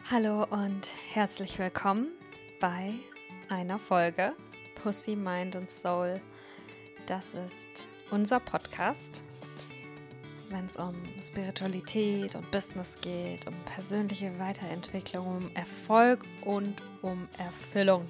Hallo und herzlich willkommen bei einer Folge Pussy, Mind und Soul. Das ist unser Podcast, wenn es um Spiritualität und Business geht, um persönliche Weiterentwicklung, um Erfolg und um Erfüllung.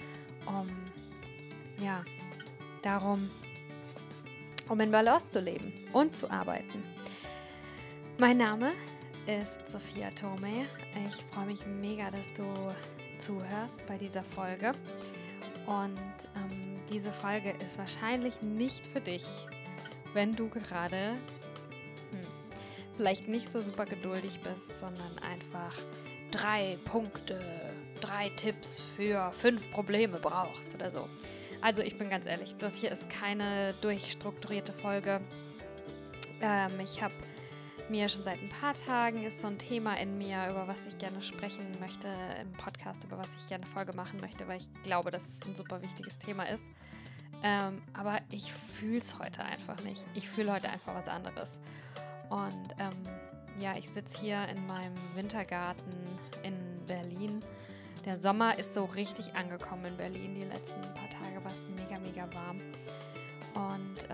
Darum, um in Balance zu leben und zu arbeiten. Mein Name ist Sophia Tome. Ich freue mich mega, dass du zuhörst bei dieser Folge. Und diese Folge ist wahrscheinlich nicht für dich, wenn du gerade vielleicht nicht so super geduldig bist, sondern einfach 3 Punkte, 3 Tipps für 5 Probleme brauchst oder so. Also ich bin ganz ehrlich, das hier ist keine durchstrukturierte Folge. Ich habe mir schon seit ein paar Tagen ist so ein Thema in mir, über was ich gerne sprechen möchte im Podcast, über was ich gerne eine Folge machen möchte, weil ich glaube, dass es ein super wichtiges Thema ist. Aber ich fühle es heute einfach nicht. Ich fühle heute einfach was anderes. Und ich sitze hier in meinem Wintergarten in Berlin. Der Sommer ist so richtig angekommen in Berlin. Die letzten paar Tage war es mega, mega warm. Und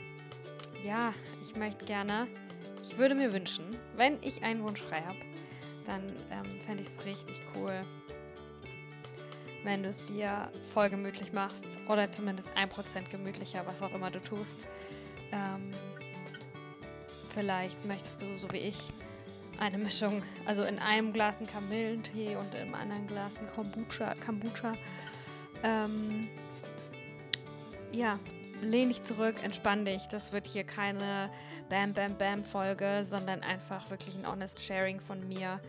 ich würde mir wünschen, wenn ich einen Wunsch frei habe, dann fände ich es richtig cool, wenn du es dir voll gemütlich machst oder zumindest 1% gemütlicher, was auch immer du tust. Vielleicht möchtest du, so wie ich, eine Mischung, also in einem Glas einen Kamillentee und im anderen Glas einen Kombucha. Lehn dich zurück, entspann dich. Das wird hier keine Bam-Bam-Bam-Folge, sondern einfach wirklich ein honest Sharing von mir,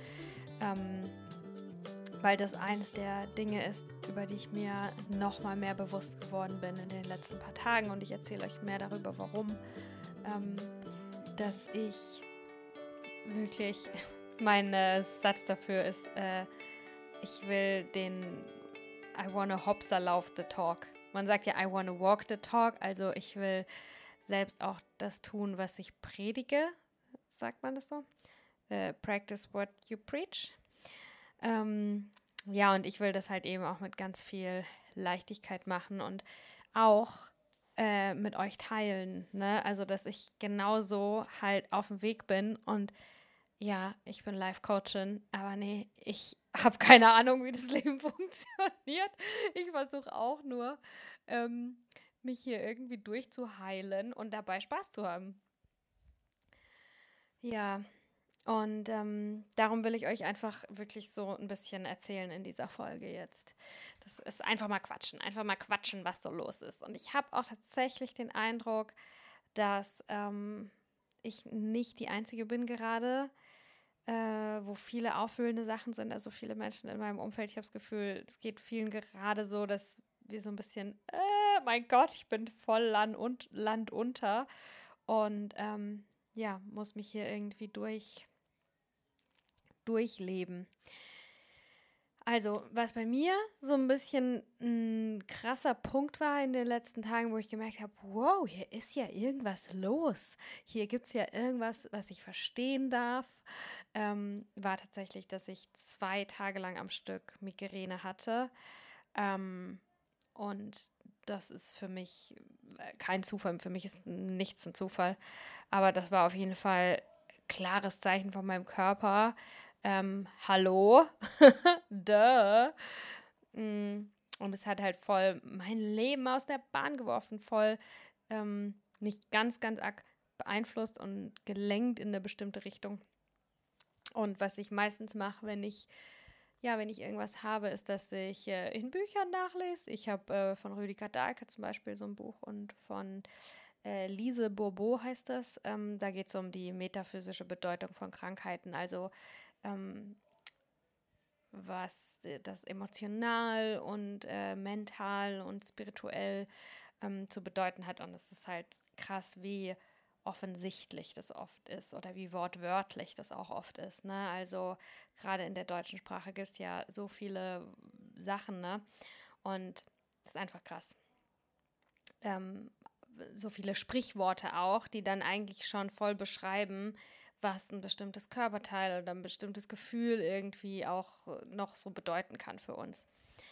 weil das eines der Dinge ist, über die ich mir nochmal mehr bewusst geworden bin in den letzten paar Tagen, und ich erzähle euch mehr darüber, warum, dass ich wirklich, mein Satz dafür ist, ich will den I wanna Hopsa-Lauf the talk. Man sagt ja, I wanna walk the talk, also ich will selbst auch das tun, was ich predige. Sagt man das so? Practice what you preach. Und ich will das halt eben auch mit ganz viel Leichtigkeit machen und auch mit euch teilen, ne? Also, dass ich genauso halt auf dem Weg bin und ja, ich bin Life-Coachin, aber nee, ich habe keine Ahnung, wie das Leben funktioniert. Ich versuche auch nur, mich hier irgendwie durchzuheilen und dabei Spaß zu haben. Ja, und darum will ich euch einfach wirklich so ein bisschen erzählen in dieser Folge jetzt. Das ist einfach mal quatschen, was so los ist. Und ich habe auch tatsächlich den Eindruck, dass ich nicht die Einzige bin gerade, wo viele aufwühlende Sachen sind, also viele Menschen in meinem Umfeld. Ich habe das Gefühl, es geht vielen gerade so, dass wir so ein bisschen, mein Gott, ich bin voll Land unter und muss mich hier irgendwie durchleben. Also, was bei mir so ein bisschen ein krasser Punkt war in den letzten Tagen, wo ich gemerkt habe, wow, hier ist ja irgendwas los. Hier gibt es ja irgendwas, was ich verstehen darf, war tatsächlich, dass ich 2 Tage lang am Stück Migräne hatte. Und das ist für mich kein Zufall. Für mich ist nichts ein Zufall. Aber das war auf jeden Fall klares Zeichen von meinem Körper. Hallo? Duh. Und es hat halt voll mein Leben aus der Bahn geworfen, voll mich ganz, ganz arg beeinflusst und gelenkt in eine bestimmte Richtung. Und was ich meistens mache, wenn ich irgendwas habe, ist, dass ich in Büchern nachlese. Ich habe von Rüdiger Dahlke zum Beispiel so ein Buch und von Lise Bourbeau heißt das. Da geht es um die metaphysische Bedeutung von Krankheiten, also was das emotional und mental und spirituell zu bedeuten hat. Und es ist halt krass, wie offensichtlich das oft ist oder wie wortwörtlich das auch oft ist, ne? Also gerade in der deutschen Sprache gibt es ja so viele Sachen, ne? Und das ist einfach krass. So viele Sprichworte auch, die dann eigentlich schon voll beschreiben, was ein bestimmtes Körperteil oder ein bestimmtes Gefühl irgendwie auch noch so bedeuten kann für uns.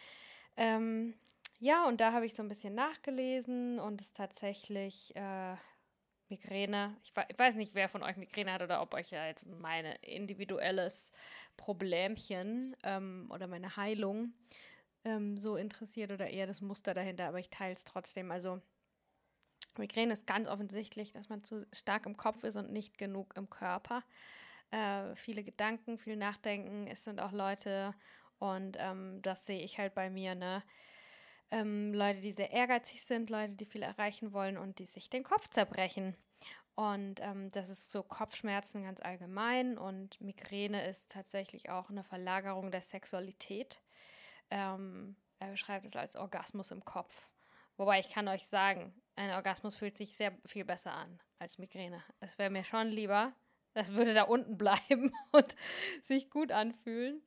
Ja, und da habe ich so ein bisschen nachgelesen und es tatsächlich Migräne. Ich weiß nicht, wer von euch Migräne hat oder ob euch ja jetzt mein individuelles Problemchen oder meine Heilung so interessiert oder eher das Muster dahinter, aber ich teile es trotzdem. Also Migräne ist ganz offensichtlich, dass man zu stark im Kopf ist und nicht genug im Körper. Viele Gedanken, viel Nachdenken. Es sind auch Leute, und das sehe ich halt bei mir, ne? Leute, die sehr ehrgeizig sind, Leute, die viel erreichen wollen und die sich den Kopf zerbrechen. Und das ist so Kopfschmerzen ganz allgemein und Migräne ist tatsächlich auch eine Verlagerung der Sexualität. Er beschreibt es als Orgasmus im Kopf. Wobei ich kann euch sagen, ein Orgasmus fühlt sich sehr viel besser an als Migräne. Es wäre mir schon lieber, das würde da unten bleiben und sich gut anfühlen,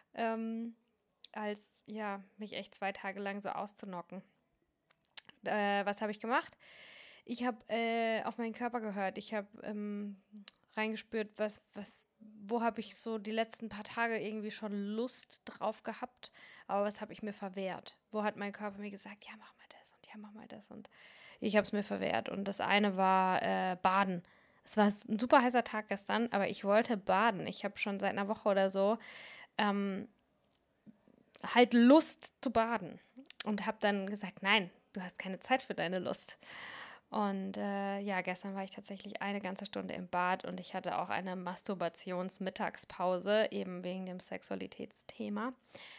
als ja, mich echt 2 Tage lang so auszunocken. Was habe ich gemacht? Ich habe auf meinen Körper gehört. Ich habe reingespürt, wo habe ich so die letzten paar Tage irgendwie schon Lust drauf gehabt, aber was habe ich mir verwehrt? Wo hat mein Körper mir gesagt, ja, mach mal das und ja, mach mal das und ich habe es mir verwehrt. Und das eine war Baden. Es war ein super heißer Tag gestern, aber ich wollte baden. Ich habe schon seit einer Woche oder so halt Lust zu baden und habe dann gesagt, nein, du hast keine Zeit für deine Lust. Und ja, gestern war ich tatsächlich eine ganze Stunde im Bad und ich hatte auch eine Masturbationsmittagspause, eben wegen dem Sexualitätsthema.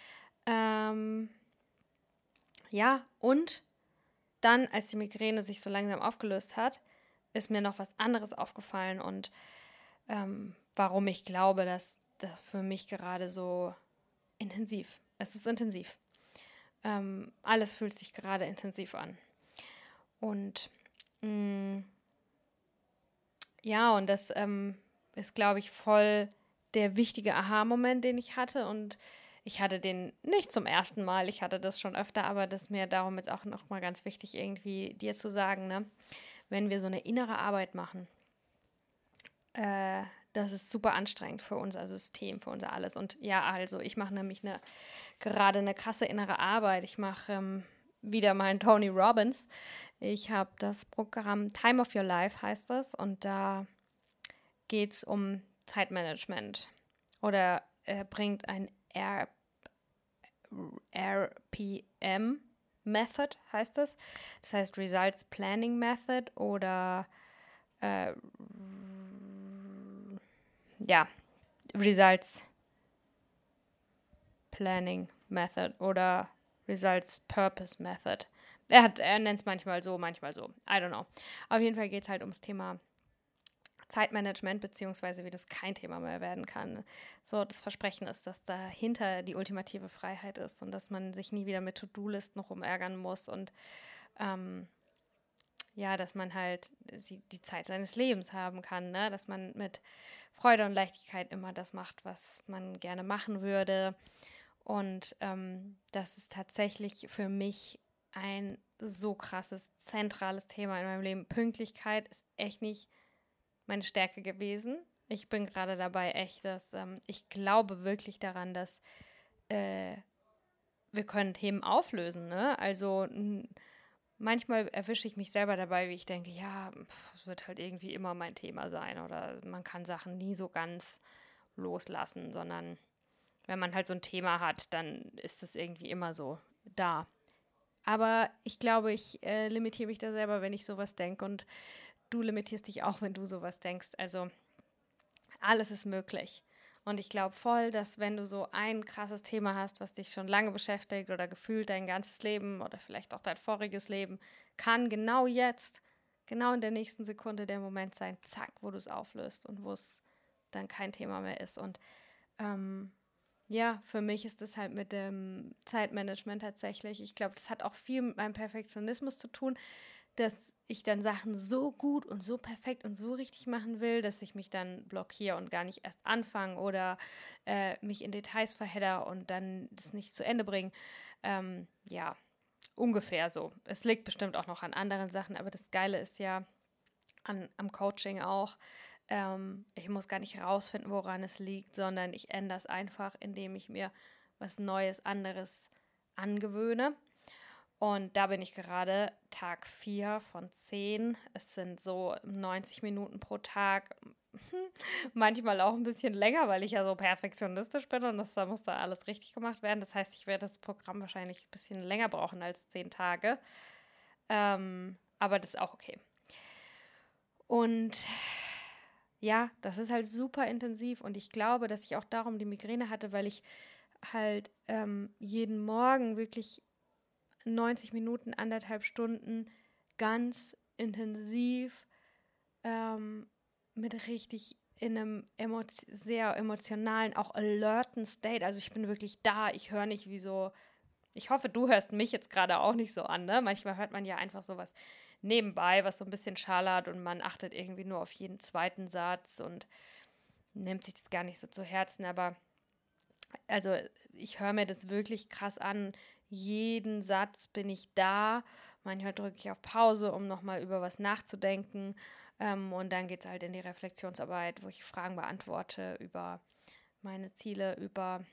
Ja, und dann, als die Migräne sich so langsam aufgelöst hat, ist mir noch was anderes aufgefallen und warum ich glaube, dass das für mich gerade so es ist intensiv. Alles fühlt sich gerade intensiv an. Und ja, und das ist, glaube ich, voll der wichtige Aha-Moment, den ich hatte. Und ich hatte den nicht zum ersten Mal, ich hatte das schon öfter, aber das ist mir darum jetzt auch nochmal ganz wichtig, irgendwie dir zu sagen, ne? Wenn wir so eine innere Arbeit machen, das ist super anstrengend für unser System, für unser alles. Und ja, also ich mache nämlich gerade eine krasse innere Arbeit. Ich mache wieder meinen Tony Robbins. Ich habe das Programm Time of Your Life, heißt das. Und da geht es um Zeitmanagement. Oder er bringt ein RPM Method, heißt das. Das heißt Results Planning Method oder ja, Results Planning Method oder Results Purpose Method. Er nennt es manchmal so. I don't know. Auf jeden Fall geht es halt ums Thema Zeitmanagement, beziehungsweise wie das kein Thema mehr werden kann. So, das Versprechen ist, dass dahinter die ultimative Freiheit ist und dass man sich nie wieder mit To-Do-Listen noch rumärgern muss und ja, dass man halt die Zeit seines Lebens haben kann, ne? Dass man mit Freude und Leichtigkeit immer das macht, was man gerne machen würde. Und das ist tatsächlich für mich ein so krasses, zentrales Thema in meinem Leben. Pünktlichkeit ist echt nicht meine Stärke gewesen. Ich bin gerade dabei echt, dass ich glaube wirklich daran, dass wir können Themen auflösen, ne? Also manchmal erwische ich mich selber dabei, wie ich denke, ja, es wird halt irgendwie immer mein Thema sein oder man kann Sachen nie so ganz loslassen, sondern wenn man halt so ein Thema hat, dann ist es irgendwie immer so da. Aber ich glaube, ich limitiere mich da selber, wenn ich sowas denke und du limitierst dich auch, wenn du sowas denkst. Also alles ist möglich. Und ich glaube voll, dass wenn du so ein krasses Thema hast, was dich schon lange beschäftigt oder gefühlt dein ganzes Leben oder vielleicht auch dein voriges Leben, kann genau jetzt, genau in der nächsten Sekunde der Moment sein, zack, wo du es auflöst und wo es dann kein Thema mehr ist. Und ja, für mich ist das halt mit dem Zeitmanagement tatsächlich. Ich glaube, das hat auch viel mit meinem Perfektionismus zu tun, dass ich dann Sachen so gut und so perfekt und so richtig machen will, dass ich mich dann blockiere und gar nicht erst anfange oder mich in Details verhedder und dann das nicht zu Ende bringe. Ja, ungefähr so. Es liegt bestimmt auch noch an anderen Sachen, aber das Geile ist ja am Coaching auch, Ich muss gar nicht rausfinden, woran es liegt, sondern ich ändere es einfach, indem ich mir was Neues, anderes angewöhne. Und da bin ich gerade Tag 4 von 10. Es sind so 90 Minuten pro Tag. Manchmal auch ein bisschen länger, weil ich ja so perfektionistisch bin und da muss da alles richtig gemacht werden. Das heißt, ich werde das Programm wahrscheinlich ein bisschen länger brauchen als 10 Tage. Aber das ist auch okay. Und ja, das ist halt super intensiv und ich glaube, dass ich auch darum die Migräne hatte, weil ich halt jeden Morgen wirklich 90 Minuten, 1,5 Stunden ganz intensiv mit richtig in einem sehr emotionalen, auch alerten State. Also ich bin wirklich da, ich höre nicht wie so, ich hoffe, du hörst mich jetzt gerade auch nicht so an, ne? Manchmal hört man ja einfach sowas nebenbei, was so ein bisschen schallert und man achtet irgendwie nur auf jeden zweiten Satz und nimmt sich das gar nicht so zu Herzen, aber also ich höre mir das wirklich krass an. Jeden Satz bin ich da. Manchmal drücke ich auf Pause, um nochmal über was nachzudenken. Und dann geht es halt in die Reflexionsarbeit, wo ich Fragen beantworte über meine Ziele, über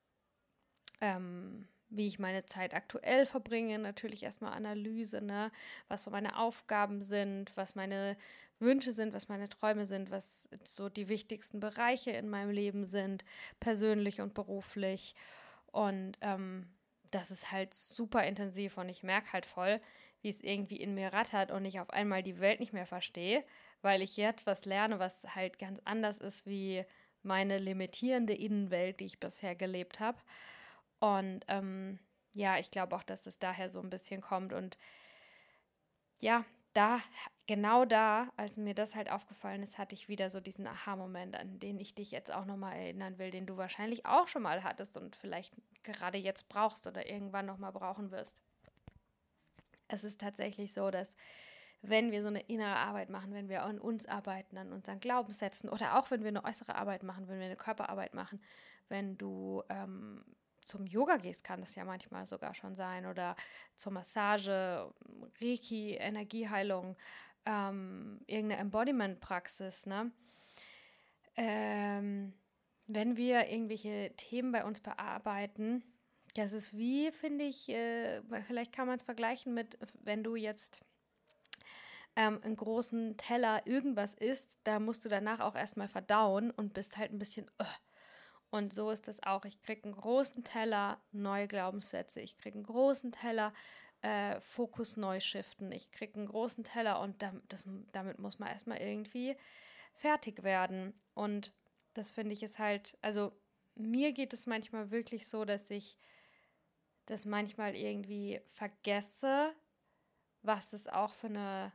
wie ich meine Zeit aktuell verbringe. Natürlich erstmal Analyse, ne? Was so meine Aufgaben sind, was meine Wünsche sind, was meine Träume sind, was so die wichtigsten Bereiche in meinem Leben sind, persönlich und beruflich. Und das ist halt super intensiv und ich merke halt voll, wie es irgendwie in mir rattert und ich auf einmal die Welt nicht mehr verstehe, weil ich jetzt was lerne, was halt ganz anders ist wie meine limitierende Innenwelt, die ich bisher gelebt habe. Und ja, ich glaube auch, dass es daher so ein bisschen kommt. Und ja, genau da, als mir das halt aufgefallen ist, hatte ich wieder so diesen Aha-Moment, an den ich dich jetzt auch nochmal erinnern will, den du wahrscheinlich auch schon mal hattest und vielleicht gerade jetzt brauchst oder irgendwann nochmal brauchen wirst. Es ist tatsächlich so, dass wenn wir so eine innere Arbeit machen, wenn wir an uns arbeiten, an unseren Glaubenssätzen oder auch wenn wir eine äußere Arbeit machen, wenn wir eine Körperarbeit machen, wenn du zum Yoga gehst, kann das ja manchmal sogar schon sein oder zur Massage, Reiki, Energieheilung, irgendeine Embodiment-Praxis, ne? Wenn wir irgendwelche Themen bei uns bearbeiten, das ist wie, finde ich, vielleicht kann man es vergleichen mit, wenn du jetzt einen großen Teller irgendwas isst, da musst du danach auch erstmal verdauen und bist halt ein bisschen. Und so ist das auch. Ich kriege einen großen Teller neue Glaubenssätze. Ich kriege einen großen Teller Fokus neu shiften. Ich kriege einen großen Teller und damit muss man erstmal irgendwie fertig werden. Und das finde ich ist halt, also mir geht es manchmal wirklich so, dass ich das manchmal irgendwie vergesse, was das auch für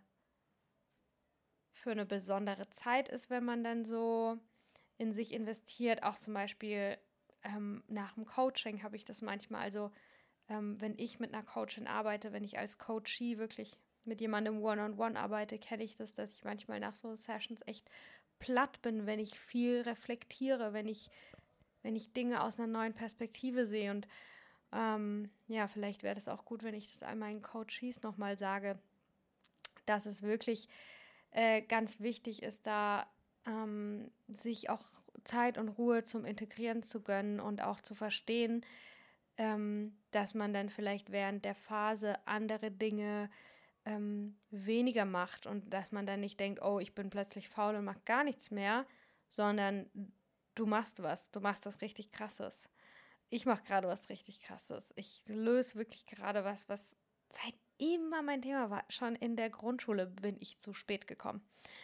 eine besondere Zeit ist, wenn man dann so in sich investiert. Auch zum Beispiel nach dem Coaching habe ich das manchmal. Also wenn ich mit einer Coachin arbeite, wenn ich als Coachee wirklich mit jemandem One-on-One arbeite, kenne ich das, dass ich manchmal nach so Sessions echt platt bin, wenn ich viel reflektiere, wenn ich Dinge aus einer neuen Perspektive sehe. Und ja, vielleicht wäre das auch gut, wenn ich das all meinen Coachees nochmal sage, dass es wirklich ganz wichtig ist, da sich auch Zeit und Ruhe zum Integrieren zu gönnen und auch zu verstehen, dass man dann vielleicht während der Phase andere Dinge weniger macht und dass man dann nicht denkt, oh, ich bin plötzlich faul und mache gar nichts mehr, sondern du machst was richtig Krasses. Ich mache gerade was richtig Krasses. Ich löse wirklich gerade was seit immer mein Thema war. Schon in der Grundschule bin ich zu spät gekommen.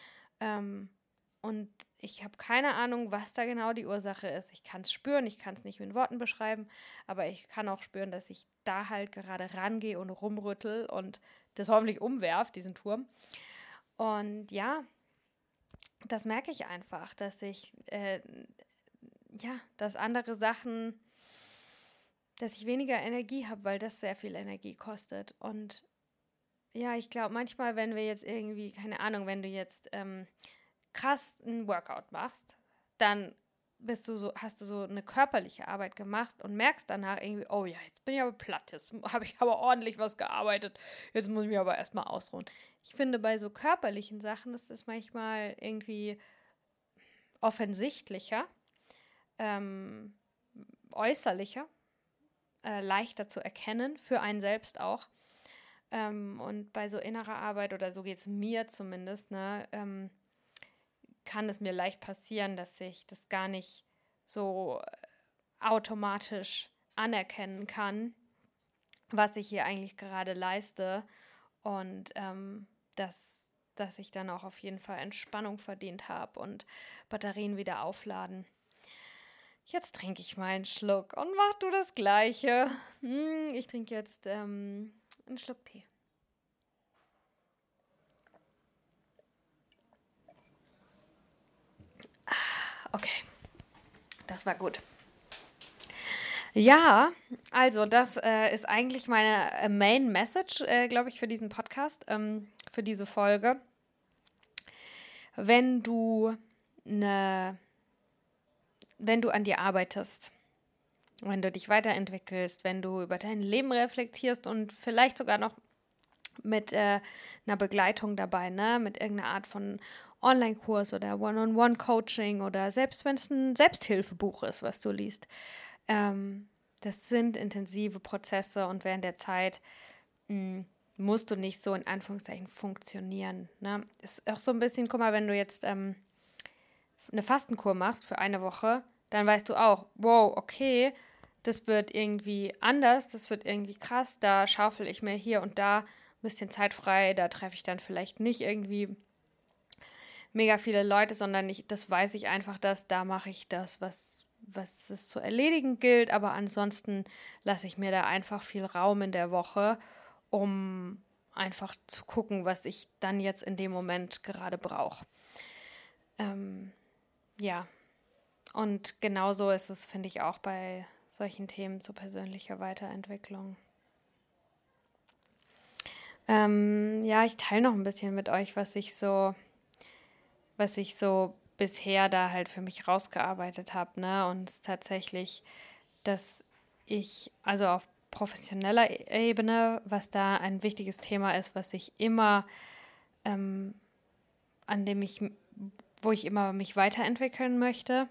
Und ich habe keine Ahnung, was da genau die Ursache ist. Ich kann es spüren, ich kann es nicht mit Worten beschreiben, aber ich kann auch spüren, dass ich da halt gerade rangehe und rumrüttel und das hoffentlich umwerf, diesen Turm. Und ja, das merke ich einfach, dass dass andere Sachen, dass ich weniger Energie habe, weil das sehr viel Energie kostet. Und ja, ich glaube, manchmal, wenn wir jetzt irgendwie, keine Ahnung, wenn du jetzt krass einen Workout machst, dann hast du so eine körperliche Arbeit gemacht und merkst danach irgendwie, oh ja, jetzt bin ich aber platt, jetzt habe ich aber ordentlich was gearbeitet, jetzt muss ich mich aber erstmal ausruhen. Ich finde, bei so körperlichen Sachen ist es manchmal irgendwie offensichtlicher, äußerlicher, leichter zu erkennen, für einen selbst auch. Und bei so innerer Arbeit, oder so geht es mir zumindest, ne, kann es mir leicht passieren, dass ich das gar nicht so automatisch anerkennen kann, was ich hier eigentlich gerade leiste, und dass ich dann auch auf jeden Fall Entspannung verdient habe und Batterien wieder aufladen. Jetzt trinke ich mal einen Schluck und mach du das Gleiche. Ich trinke jetzt einen Schluck Tee. Okay, das war gut. Ja, also das ist eigentlich meine Main Message, glaube ich, für diesen Podcast, für diese Folge. Wenn du an dir arbeitest, wenn du dich weiterentwickelst, wenn du über dein Leben reflektierst und vielleicht sogar noch mit einer Begleitung dabei, ne? Mit irgendeiner Art von Online-Kurs oder One-on-One-Coaching oder selbst wenn es ein Selbsthilfebuch ist, was du liest. Das sind intensive Prozesse, und während der Zeit musst du nicht so in Anführungszeichen funktionieren. Ne? Ist auch so ein bisschen, guck mal, wenn du jetzt eine Fastenkur machst für eine Woche, dann weißt du auch, wow, okay, das wird irgendwie anders, das wird irgendwie krass, da schaufel ich mir hier und da ein bisschen Zeit frei, da treffe ich dann vielleicht nicht irgendwie mega viele Leute, sondern das weiß ich einfach, dass da mache ich das, was es zu erledigen gilt, aber ansonsten lasse ich mir da einfach viel Raum in der Woche, um einfach zu gucken, was ich dann jetzt in dem Moment gerade brauche. Ja, und genauso ist es, finde ich, auch bei solchen Themen zu persönlicher Weiterentwicklung. Ja, ich teile noch ein bisschen mit euch, was ich so bisher da halt für mich rausgearbeitet habe, ne? Und es ist tatsächlich, dass ich, also auf professioneller Ebene, was da ein wichtiges Thema ist, was ich immer, wo ich immer mich weiterentwickeln möchte,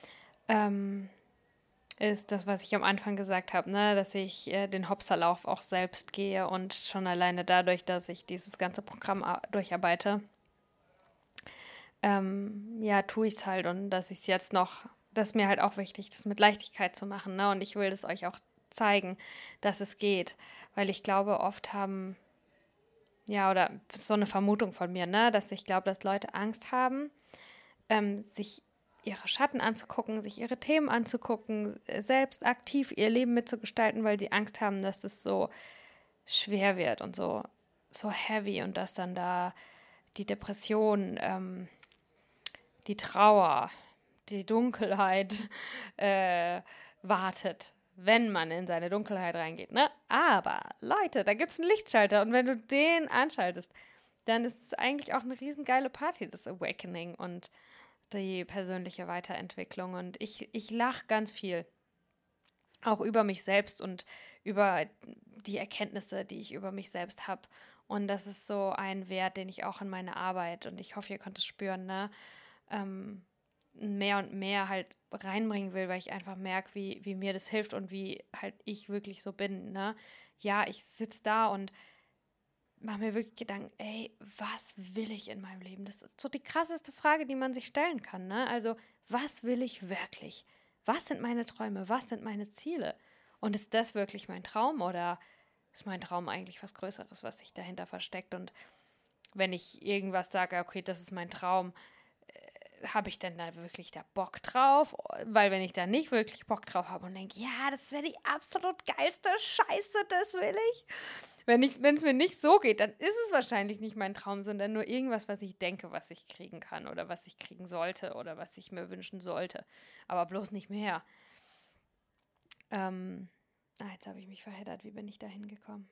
ist das, was ich am Anfang gesagt habe, ne? Dass ich den Hopserlauf auch selbst gehe, und schon alleine dadurch, dass ich dieses ganze Programm durcharbeite, tue ich es halt, und dass ich es jetzt noch, das ist mir halt auch wichtig, das mit Leichtigkeit zu machen, ne? Und ich will das euch auch zeigen, dass es geht, weil ich glaube, oft haben, oder so eine Vermutung von mir, ne? Dass ich glaube, dass Leute Angst haben, sich ihre Schatten anzugucken, sich ihre Themen anzugucken, selbst aktiv ihr Leben mitzugestalten, weil sie Angst haben, dass das so schwer wird und so heavy, und dass dann da die Depression, die Trauer, die Dunkelheit wartet, wenn man in seine Dunkelheit reingeht, ne? Aber, Leute, da gibt es einen Lichtschalter, und wenn du den anschaltest, dann ist es eigentlich auch eine riesengeile Party, das Awakening und die persönliche Weiterentwicklung. Und ich lache ganz viel, auch über mich selbst und über die Erkenntnisse, die ich über mich selbst habe. Und das ist so ein Wert, den ich auch in meine Arbeit, und ich hoffe, ihr könnt es spüren, ne? Mehr und mehr halt reinbringen will, weil ich einfach merke, wie mir das hilft und wie halt ich wirklich so bin, ne? Ja, ich sitze da und mache mir wirklich Gedanken, ey, was will ich in meinem Leben? Das ist so die krasseste Frage, die man sich stellen kann, ne? Also, was will ich wirklich? Was sind meine Träume? Was sind meine Ziele? Und ist das wirklich mein Traum, oder ist mein Traum eigentlich was Größeres, was sich dahinter versteckt? Und wenn ich irgendwas sage, okay, das ist mein Traum, habe ich denn da wirklich da Bock drauf? Weil wenn ich da nicht wirklich Bock drauf habe und denke, ja, das wäre die absolut geilste Scheiße, das will ich. Wenn es mir nicht so geht, dann ist es wahrscheinlich nicht mein Traum, sondern nur irgendwas, was ich denke, was ich kriegen kann oder was ich kriegen sollte oder was ich mir wünschen sollte. Aber bloß nicht mehr. Jetzt habe ich mich verheddert. Wie bin ich da hingekommen?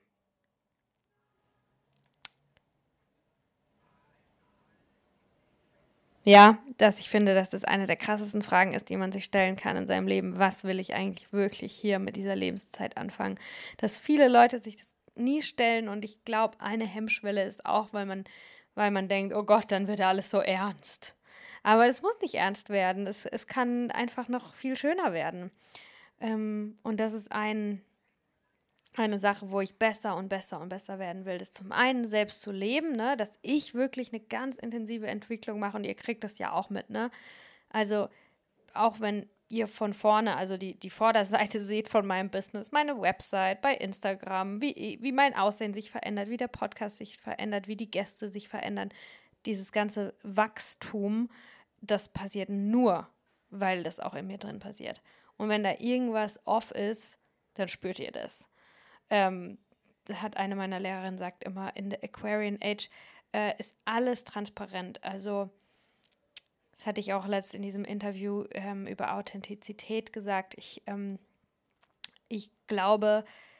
Ja, dass ich finde, dass das eine der krassesten Fragen ist, die man sich stellen kann in seinem Leben. Was will ich eigentlich wirklich hier mit dieser Lebenszeit anfangen? Dass viele Leute sich das nie stellen, und ich glaube, eine Hemmschwelle ist auch, weil man denkt, oh Gott, dann wird alles so ernst. Aber es muss nicht ernst werden. Es kann einfach noch viel schöner werden. Und das ist eine Sache, wo ich besser und besser und besser werden will. Das zum einen selbst zu leben, ne? Dass ich wirklich eine ganz intensive Entwicklung mache und ihr kriegt das ja auch mit, ne? Also auch wenn ihr von vorne, also die Vorderseite seht von meinem Business, meine Website, bei Instagram, wie mein Aussehen sich verändert, wie der Podcast sich verändert, wie die Gäste sich verändern. Dieses ganze Wachstum, das passiert nur, weil das auch in mir drin passiert. Und wenn da irgendwas off ist, dann spürt ihr das. Das hat eine meiner Lehrerinnen sagt immer, in der Aquarian Age ist alles transparent. Also das hatte ich auch letztens in diesem Interview über Authentizität gesagt. Ich glaube,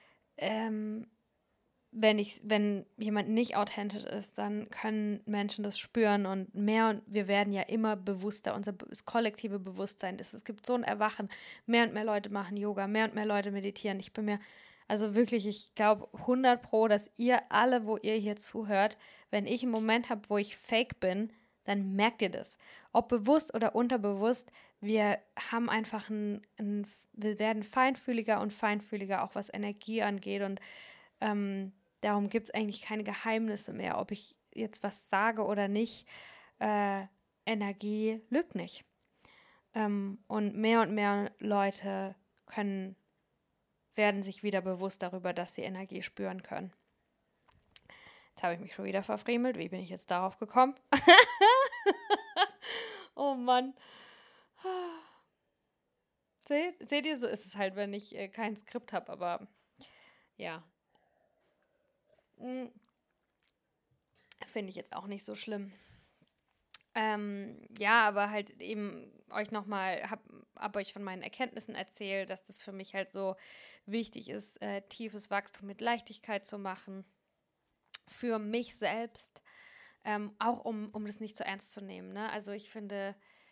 wenn jemand nicht authentisch ist, dann können Menschen das spüren und wir werden ja immer bewusster, das kollektive Bewusstsein, es gibt so ein Erwachen, mehr und mehr Leute machen Yoga, mehr und mehr Leute meditieren. Also wirklich, ich glaube 100%, dass ihr alle, wo ihr hier zuhört, wenn ich einen Moment habe, wo ich fake bin, dann merkt ihr das. Ob bewusst oder unterbewusst, wir haben einfach wir werden feinfühliger und feinfühliger, auch was Energie angeht und darum gibt es eigentlich keine Geheimnisse mehr, ob ich jetzt was sage oder nicht. Energie lügt nicht. Und mehr Leute werden sich wieder bewusst darüber, dass sie Energie spüren können. Jetzt habe ich mich schon wieder verfriemelt. Wie bin ich jetzt darauf gekommen? Oh Mann. Seht ihr, so ist es halt, wenn ich kein Skript habe, aber ja. Finde ich jetzt auch nicht so schlimm. Ja, aber halt eben hab euch von meinen Erkenntnissen erzählt, dass das für mich halt so wichtig ist, tiefes Wachstum mit Leichtigkeit zu machen. Für mich selbst. Auch um das nicht zu ernst zu nehmen. Ne? Also ich finde,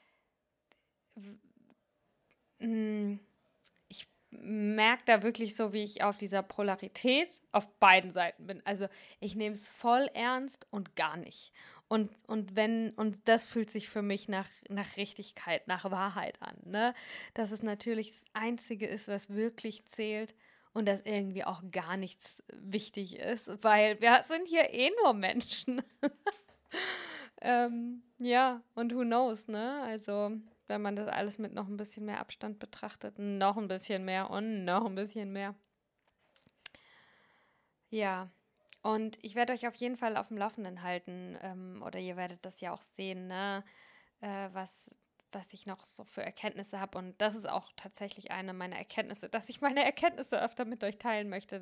ich merke da wirklich so, wie ich auf dieser Polarität auf beiden Seiten bin. Also ich nehme es voll ernst und gar nicht. Und das fühlt sich für mich nach Richtigkeit, nach Wahrheit an. Ne? Dass es natürlich das Einzige ist, was wirklich zählt und dass irgendwie auch gar nichts wichtig ist, weil wir sind hier eh nur Menschen. Ja, und who knows, ne? Also, wenn man das alles mit noch ein bisschen mehr Abstand betrachtet, noch ein bisschen mehr und noch ein bisschen mehr. Ja, und ich werde euch auf jeden Fall auf dem Laufenden halten, oder ihr werdet das ja auch sehen, ne? Was ich noch so für Erkenntnisse habe. Und das ist auch tatsächlich eine meiner Erkenntnisse, dass ich meine Erkenntnisse öfter mit euch teilen möchte,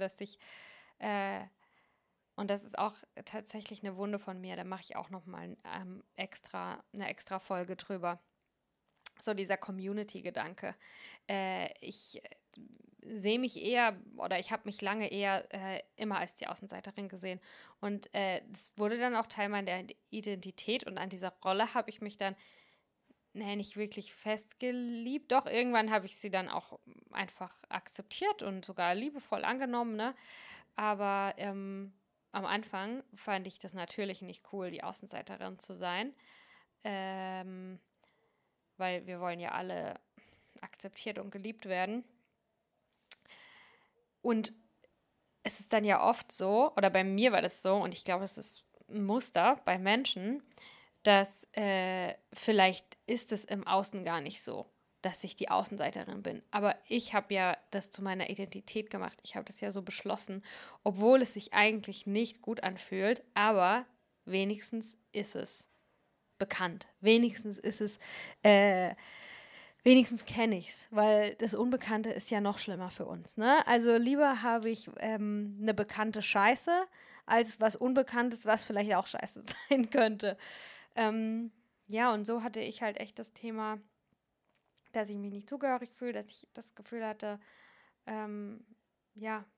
und das ist auch tatsächlich eine Wunde von mir. Da mache ich auch nochmal eine extra Folge drüber. So dieser Community-Gedanke. Ich sehe mich eher, oder ich habe mich lange eher immer als die Außenseiterin gesehen. Und es wurde dann auch Teil meiner Identität. Und an dieser Rolle habe ich mich dann nicht wirklich festgeliebt. Doch, irgendwann habe ich sie dann auch einfach akzeptiert und sogar liebevoll angenommen. Ne? Aber am Anfang fand ich das natürlich nicht cool, die Außenseiterin zu sein, weil wir wollen ja alle akzeptiert und geliebt werden. Und es ist dann ja oft so, oder bei mir war das so, und ich glaube, es ist ein Muster bei Menschen, dass vielleicht ist es im Außen gar nicht so, dass ich die Außenseiterin bin. Aber ich habe ja das zu meiner Identität gemacht. Ich habe das ja so beschlossen, obwohl es sich eigentlich nicht gut anfühlt. Aber wenigstens ist es bekannt. Wenigstens kenne ich es. Weil das Unbekannte ist ja noch schlimmer für uns. Ne? Also lieber habe ich eine bekannte Scheiße, als was Unbekanntes, was vielleicht auch scheiße sein könnte. Ja, und so hatte ich halt echt das Thema, dass ich mich nicht zugehörig fühle, dass ich das Gefühl hatte, ja,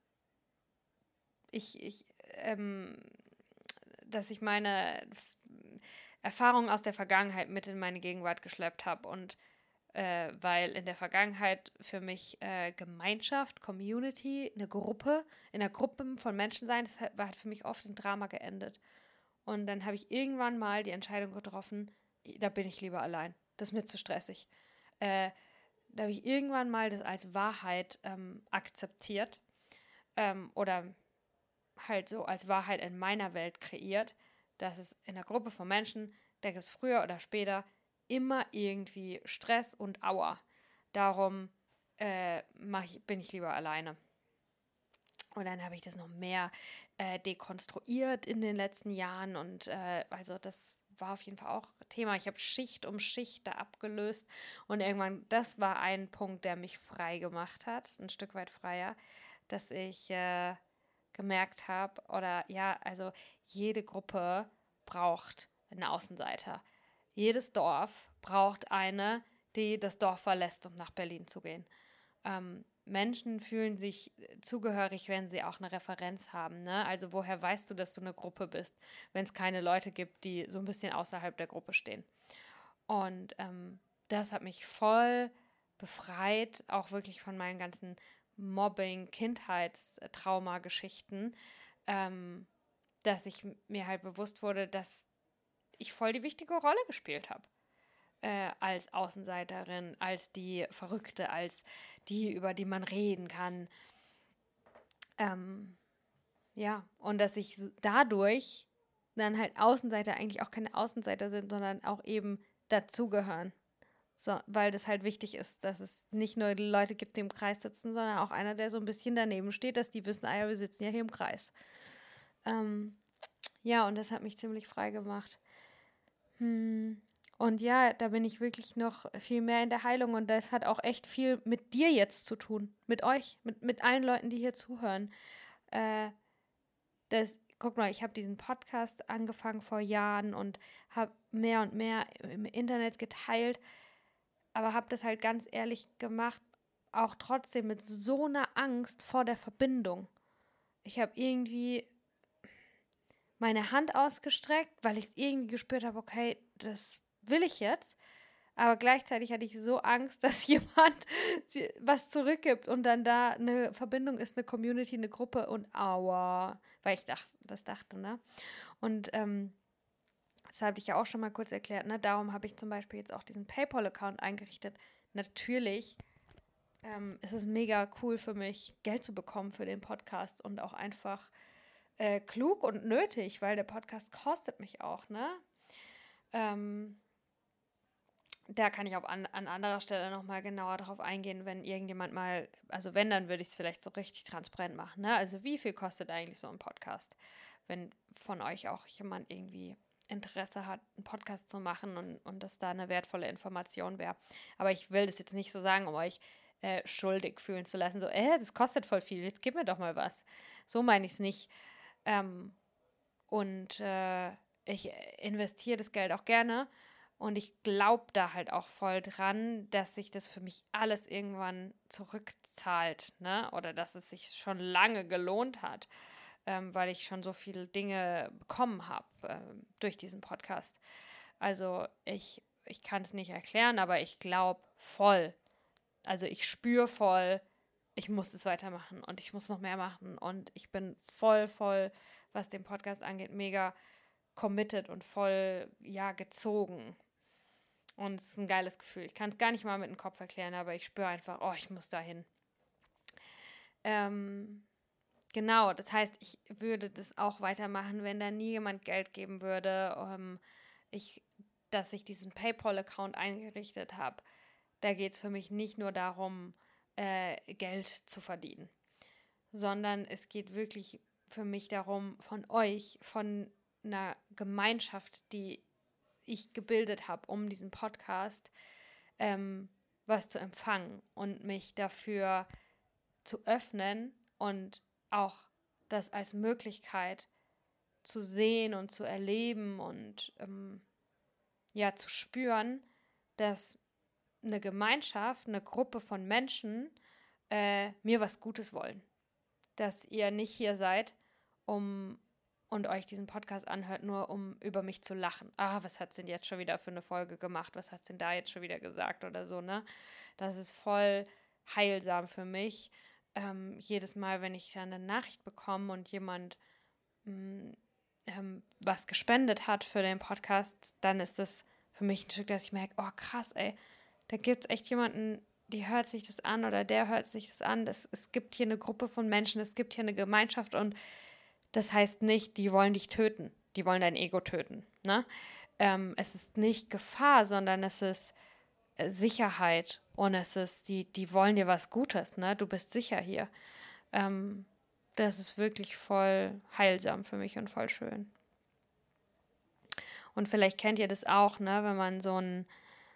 dass ich meine Erfahrungen aus der Vergangenheit mit in meine Gegenwart geschleppt habe und weil in der Vergangenheit für mich Gemeinschaft, Community, in einer Gruppe von Menschen sein, hat für mich oft in Drama geendet. Und dann habe ich irgendwann mal die Entscheidung getroffen, da bin ich lieber allein. Das ist mir zu stressig. Da habe ich irgendwann mal das als Wahrheit akzeptiert oder halt so als Wahrheit in meiner Welt kreiert, dass es in einer Gruppe von Menschen, da gibt es früher oder später immer irgendwie Stress und Aua. Darum bin ich lieber alleine. Und dann habe ich das noch mehr dekonstruiert in den letzten Jahren und also das war auf jeden Fall auch Thema. Ich habe Schicht um Schicht da abgelöst und irgendwann, das war ein Punkt, der mich frei gemacht hat, ein Stück weit freier, dass ich gemerkt habe, oder ja, also jede Gruppe braucht einen Außenseiter. Jedes Dorf braucht eine, die das Dorf verlässt, um nach Berlin zu gehen. Menschen fühlen sich zugehörig, wenn sie auch eine Referenz haben, ne? Also woher weißt du, dass du eine Gruppe bist, wenn es keine Leute gibt, die so ein bisschen außerhalb der Gruppe stehen? Und das hat mich voll befreit, auch wirklich von meinen ganzen Mobbing, Kindheitstrauma-Geschichten, dass ich mir halt bewusst wurde, dass ich voll die wichtige Rolle gespielt habe. Als Außenseiterin, als die Verrückte, als die, über die man reden kann. Ja, und dass ich dadurch dann halt Außenseiter eigentlich auch keine Außenseiter sind, sondern auch eben dazugehören. So, weil das halt wichtig ist, dass es nicht nur die Leute gibt, die im Kreis sitzen, sondern auch einer, der so ein bisschen daneben steht, dass die wissen, ah ja, wir sitzen ja hier im Kreis. Ja, und das hat mich ziemlich frei gemacht. Und ja, da bin ich wirklich noch viel mehr in der Heilung und das hat auch echt viel mit dir jetzt zu tun, mit euch, mit allen Leuten, die hier zuhören. Guck mal, ich habe diesen Podcast angefangen vor Jahren und habe mehr und mehr im Internet geteilt, aber habe das halt ganz ehrlich gemacht, auch trotzdem mit so einer Angst vor der Verbindung. Ich habe irgendwie meine Hand ausgestreckt, weil ich es irgendwie gespürt habe, okay, das will ich jetzt. Aber gleichzeitig hatte ich so Angst, dass jemand was zurückgibt und dann da eine Verbindung ist, eine Community, eine Gruppe und aua, weil ich das dachte, ne? Und das habe ich ja auch schon mal kurz erklärt, ne? Darum habe ich zum Beispiel jetzt auch diesen PayPal-Account eingerichtet. Natürlich ist es mega cool für mich, Geld zu bekommen für den Podcast und auch einfach klug und nötig, weil der Podcast kostet mich auch, ne? Da kann ich an anderer Stelle nochmal genauer drauf eingehen, wenn irgendjemand mal, also wenn, dann würde ich es vielleicht so richtig transparent machen, ne? Also wie viel kostet eigentlich so ein Podcast? Wenn von euch auch jemand irgendwie Interesse hat, einen Podcast zu machen und das da eine wertvolle Information wäre. Aber ich will das jetzt nicht so sagen, um euch schuldig fühlen zu lassen, so, das kostet voll viel, jetzt gib mir doch mal was. So meine ich es nicht. Ich investiere das Geld auch gerne und ich glaube da halt auch voll dran, dass sich das für mich alles irgendwann zurückzahlt, ne? Oder dass es sich schon lange gelohnt hat, weil ich schon so viele Dinge bekommen habe durch diesen Podcast. Also ich kann es nicht erklären, aber ich glaube voll. Also ich spüre voll, ich muss das weitermachen und ich muss noch mehr machen und ich bin voll, was den Podcast angeht, mega committed und voll, ja, gezogen. Und es ist ein geiles Gefühl. Ich kann es gar nicht mal mit dem Kopf erklären, aber ich spüre einfach, oh, ich muss dahin. Genau, das heißt, ich würde das auch weitermachen, wenn da nie jemand Geld geben würde, dass ich diesen PayPal-Account eingerichtet habe. Da geht es für mich nicht nur darum, Geld zu verdienen, sondern es geht wirklich für mich darum, von euch, von einer Gemeinschaft, die ich gebildet habe, um diesen Podcast was zu empfangen und mich dafür zu öffnen und auch das als Möglichkeit zu sehen und zu erleben und ja, zu spüren, dass eine Gemeinschaft, eine Gruppe von Menschen mir was Gutes wollen. Dass ihr nicht hier seid, und euch diesen Podcast anhört, nur um über mich zu lachen. Ah, was hat sie denn jetzt schon wieder für eine Folge gemacht? Was hat sie denn da jetzt schon wieder gesagt oder so, ne? Das ist voll heilsam für mich. Jedes Mal, wenn ich dann eine Nachricht bekomme und jemand was gespendet hat für den Podcast, dann ist das für mich ein Stück, dass ich merke, oh krass, ey, da gibt es echt jemanden, die hört sich das an oder der hört sich das an. Es gibt hier eine Gruppe von Menschen, es gibt hier eine Gemeinschaft und das heißt nicht, die wollen dich töten, die wollen dein Ego töten. Ne? Es ist nicht Gefahr, sondern es ist Sicherheit und es ist, die wollen dir was Gutes, ne? Du bist sicher hier. Das ist wirklich voll heilsam für mich und voll schön. Und vielleicht kennt ihr das auch, ne, wenn man so ein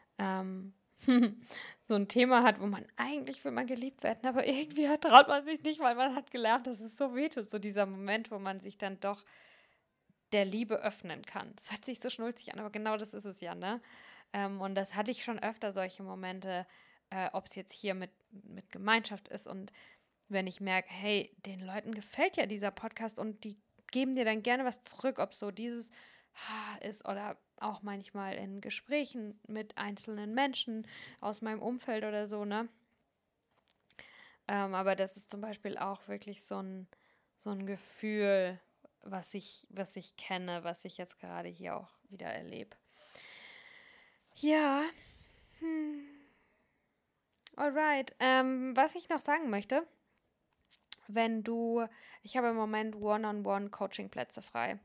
so ein Thema hat, wo man eigentlich will man geliebt werden, aber irgendwie traut man sich nicht, weil man hat gelernt, dass es so wehtut. So dieser Moment, wo man sich dann doch der Liebe öffnen kann. Das hört sich so schnulzig an, aber genau das ist es ja, ne? Und das hatte ich schon öfter, solche Momente, ob es jetzt hier mit Gemeinschaft ist und wenn ich merke, hey, den Leuten gefällt ja dieser Podcast und die geben dir dann gerne was zurück, ob so dieses ist oder auch manchmal in Gesprächen mit einzelnen Menschen aus meinem Umfeld oder so, ne? Aber das ist zum Beispiel auch wirklich so ein Gefühl, was ich kenne, was ich jetzt gerade hier auch wieder erlebe. Ja. Alright. Was ich noch sagen möchte, ich habe im Moment One-on-One-Coaching-Plätze frei.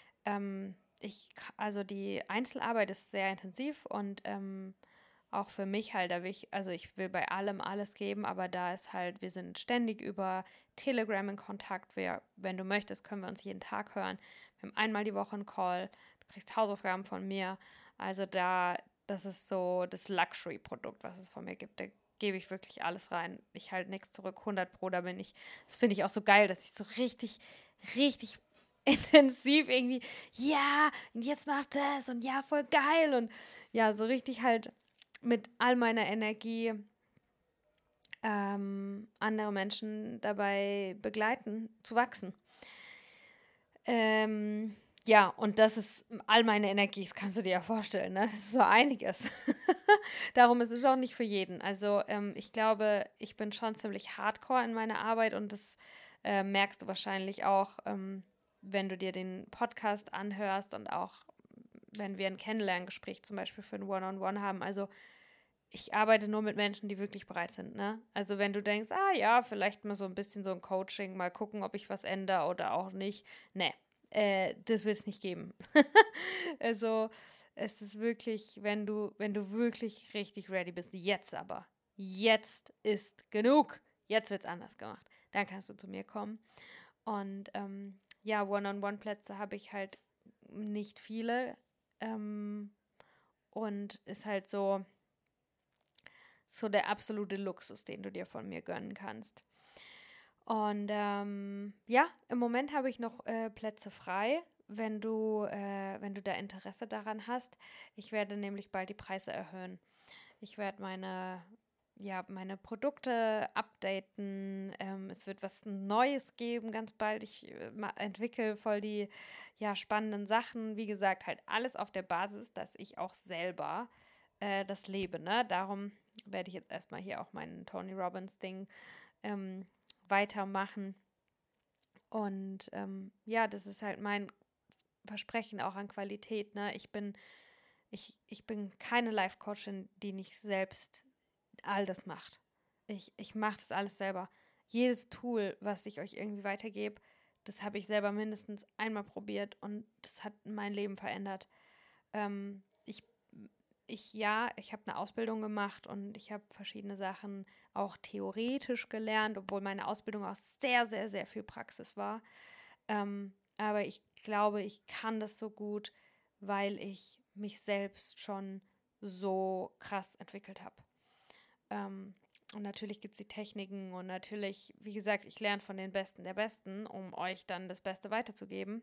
Also die Einzelarbeit ist sehr intensiv und auch für mich halt, also ich will bei allem alles geben, aber da ist halt, wir sind ständig über Telegram in Kontakt. Wenn du möchtest, können wir uns jeden Tag hören. Wir haben einmal die Woche einen Call. Du kriegst Hausaufgaben von mir. Also das ist so das Luxury-Produkt, was es von mir gibt. Da gebe ich wirklich alles rein. Ich halte nichts zurück, 100 Pro, da bin ich. Das finde ich auch so geil, dass ich so richtig, richtig intensiv irgendwie, ja, und jetzt macht das und ja, voll geil und ja, so richtig halt mit all meiner Energie andere Menschen dabei begleiten, zu wachsen. Ja, und das ist all meine Energie, das kannst du dir ja vorstellen, ne? Das ist so einiges. Darum ist es auch nicht für jeden. Also ich glaube, ich bin schon ziemlich hardcore in meiner Arbeit und das merkst du wahrscheinlich auch, wenn du dir den Podcast anhörst und auch wenn wir ein Kennenlerngespräch zum Beispiel für ein One-on-One haben. Also ich arbeite nur mit Menschen, die wirklich bereit sind, ne? Also wenn du denkst, ja, vielleicht mal so ein bisschen so ein Coaching, mal gucken, ob ich was ändere oder auch nicht. Ne, das wird es nicht geben. Also es ist wirklich, wenn du wirklich richtig ready bist, jetzt ist genug. Jetzt wird es anders gemacht. Dann kannst du zu mir kommen. Und ja, One-on-One-Plätze habe ich halt nicht viele. Und ist halt so der absolute Luxus, den du dir von mir gönnen kannst. Und ja, im Moment habe ich noch Plätze frei, wenn du da Interesse daran hast. Ich werde nämlich bald die Preise erhöhen. Ich werde meine Produkte updaten. Es wird was Neues geben ganz bald. Ich entwickle voll die spannenden Sachen. Wie gesagt, halt alles auf der Basis, dass ich auch selber das lebe. Ne? Darum werde ich jetzt erstmal hier auch mein Tony Robbins Ding weitermachen. Und ja, das ist halt mein Versprechen auch an Qualität. Ne? Ich bin keine Life-Coachin, die nicht selbst all das macht. Ich mache das alles selber. Jedes Tool, was ich euch irgendwie weitergebe, das habe ich selber mindestens einmal probiert und das hat mein Leben verändert. Ich habe eine Ausbildung gemacht und ich habe verschiedene Sachen auch theoretisch gelernt, obwohl meine Ausbildung auch sehr, sehr, sehr viel Praxis war. Aber ich glaube, ich kann das so gut, weil ich mich selbst schon so krass entwickelt habe. Und natürlich gibt es die Techniken und natürlich, wie gesagt, ich lerne von den Besten der Besten, um euch dann das Beste weiterzugeben.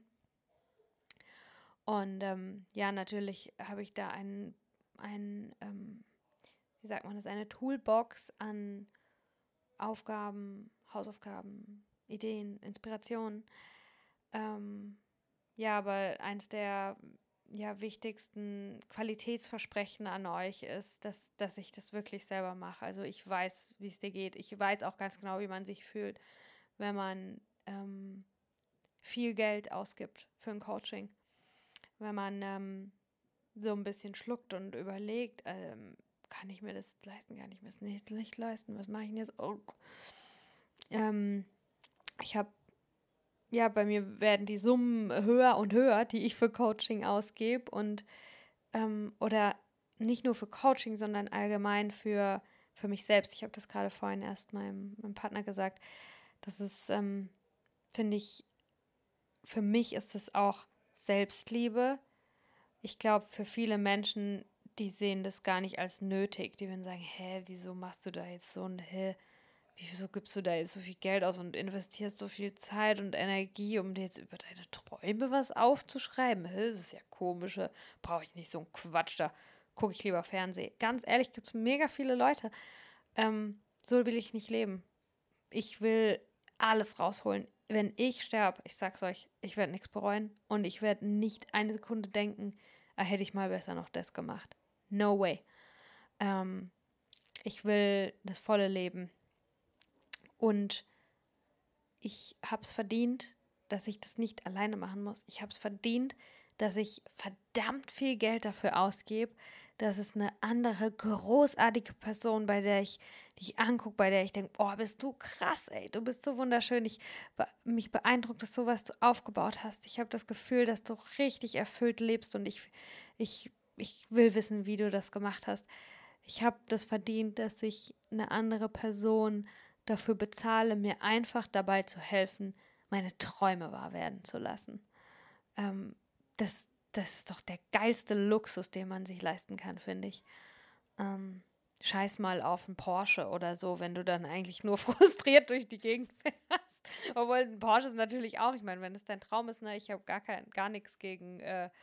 Und ja, natürlich habe ich da wie sagt man das, eine Toolbox an Aufgaben, Hausaufgaben, Ideen, Inspirationen. Ja, aber eins der wichtigsten Qualitätsversprechen an euch ist, dass ich das wirklich selber mache. Also ich weiß, wie es dir geht. Ich weiß auch ganz genau, wie man sich fühlt, wenn man viel Geld ausgibt für ein Coaching. Wenn man so ein bisschen schluckt und überlegt, kann ich mir das leisten, kann ich mir das nicht leisten, was mache ich denn jetzt? Oh. Ich habe, ja, bei mir werden die Summen höher und höher, die ich für Coaching ausgebe und oder nicht nur für Coaching, sondern allgemein für mich selbst. Ich habe das gerade vorhin erst meinem Partner gesagt. Das ist, finde ich, für mich ist es auch Selbstliebe. Ich glaube, für viele Menschen, die sehen das gar nicht als nötig. Die würden sagen, wieso machst du da jetzt so ein, wieso gibst du da jetzt so viel Geld aus und investierst so viel Zeit und Energie, um dir jetzt über deine Träume was aufzuschreiben? Das ist ja komisch. Brauche ich nicht so einen Quatsch, da gucke ich lieber Fernsehen. Ganz ehrlich, gibt es mega viele Leute. So will ich nicht leben. Ich will alles rausholen. Wenn ich sterbe, ich sag's euch, ich werde nichts bereuen und ich werde nicht eine Sekunde denken, hätte ich mal besser noch das gemacht. No way. Ich will das volle Leben. Und ich habe es verdient, dass ich das nicht alleine machen muss. Ich habe es verdient, dass ich verdammt viel Geld dafür ausgebe, dass es eine andere großartige Person, die ich angucke, bei der ich denke, oh, bist du krass, ey, du bist so wunderschön. Mich beeindruckt es so, was du aufgebaut hast. Ich habe das Gefühl, dass du richtig erfüllt lebst und ich will wissen, wie du das gemacht hast. Ich habe das verdient, dass ich eine andere Person dafür bezahle, mir einfach dabei zu helfen, meine Träume wahr werden zu lassen. Das ist doch der geilste Luxus, den man sich leisten kann, finde ich. Scheiß mal auf einen Porsche oder so, wenn du dann eigentlich nur frustriert durch die Gegend fährst. Obwohl ein Porsche ist natürlich auch, ich meine, wenn es dein Traum ist, ne, ich habe gar nichts gegen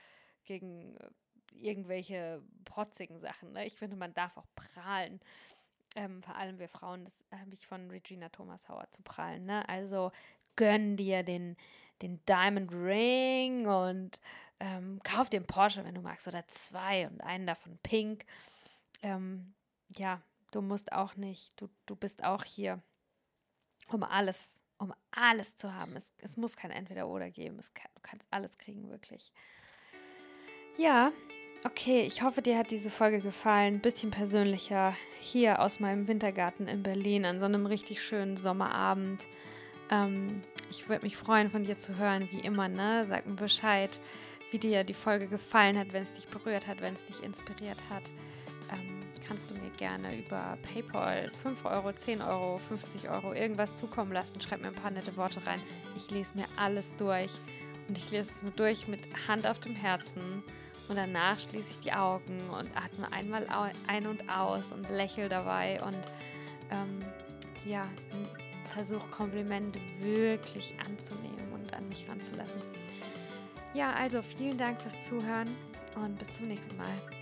irgendwelche protzigen Sachen. Ne? Ich finde, man darf auch prahlen. Vor allem wir Frauen, das habe ich von Regina Thomashauer zu prahlen. Ne? Also gönn dir den Diamond Ring und kauf dir einen Porsche, wenn du magst, oder 2 und einen davon pink. Ja, du musst auch nicht, du bist auch hier, um alles zu haben. Es muss kein Entweder-Oder geben. Du kannst alles kriegen, wirklich. Ja, okay, ich hoffe, dir hat diese Folge gefallen. Ein bisschen persönlicher hier aus meinem Wintergarten in Berlin an so einem richtig schönen Sommerabend. Ich würde mich freuen, von dir zu hören, wie immer, ne? Sag mir Bescheid, wie dir die Folge gefallen hat, wenn es dich berührt hat, wenn es dich inspiriert hat. Kannst du mir gerne über PayPal 5 Euro, 10 Euro, 50 Euro irgendwas zukommen lassen. Schreib mir ein paar nette Worte rein. Ich lese mir alles durch. Und ich lese es mir durch mit Hand auf dem Herzen. Und danach schließe ich die Augen und atme einmal ein und aus und lächle dabei. Und versuche Komplimente wirklich anzunehmen und an mich ranzulassen. Ja, also vielen Dank fürs Zuhören und bis zum nächsten Mal.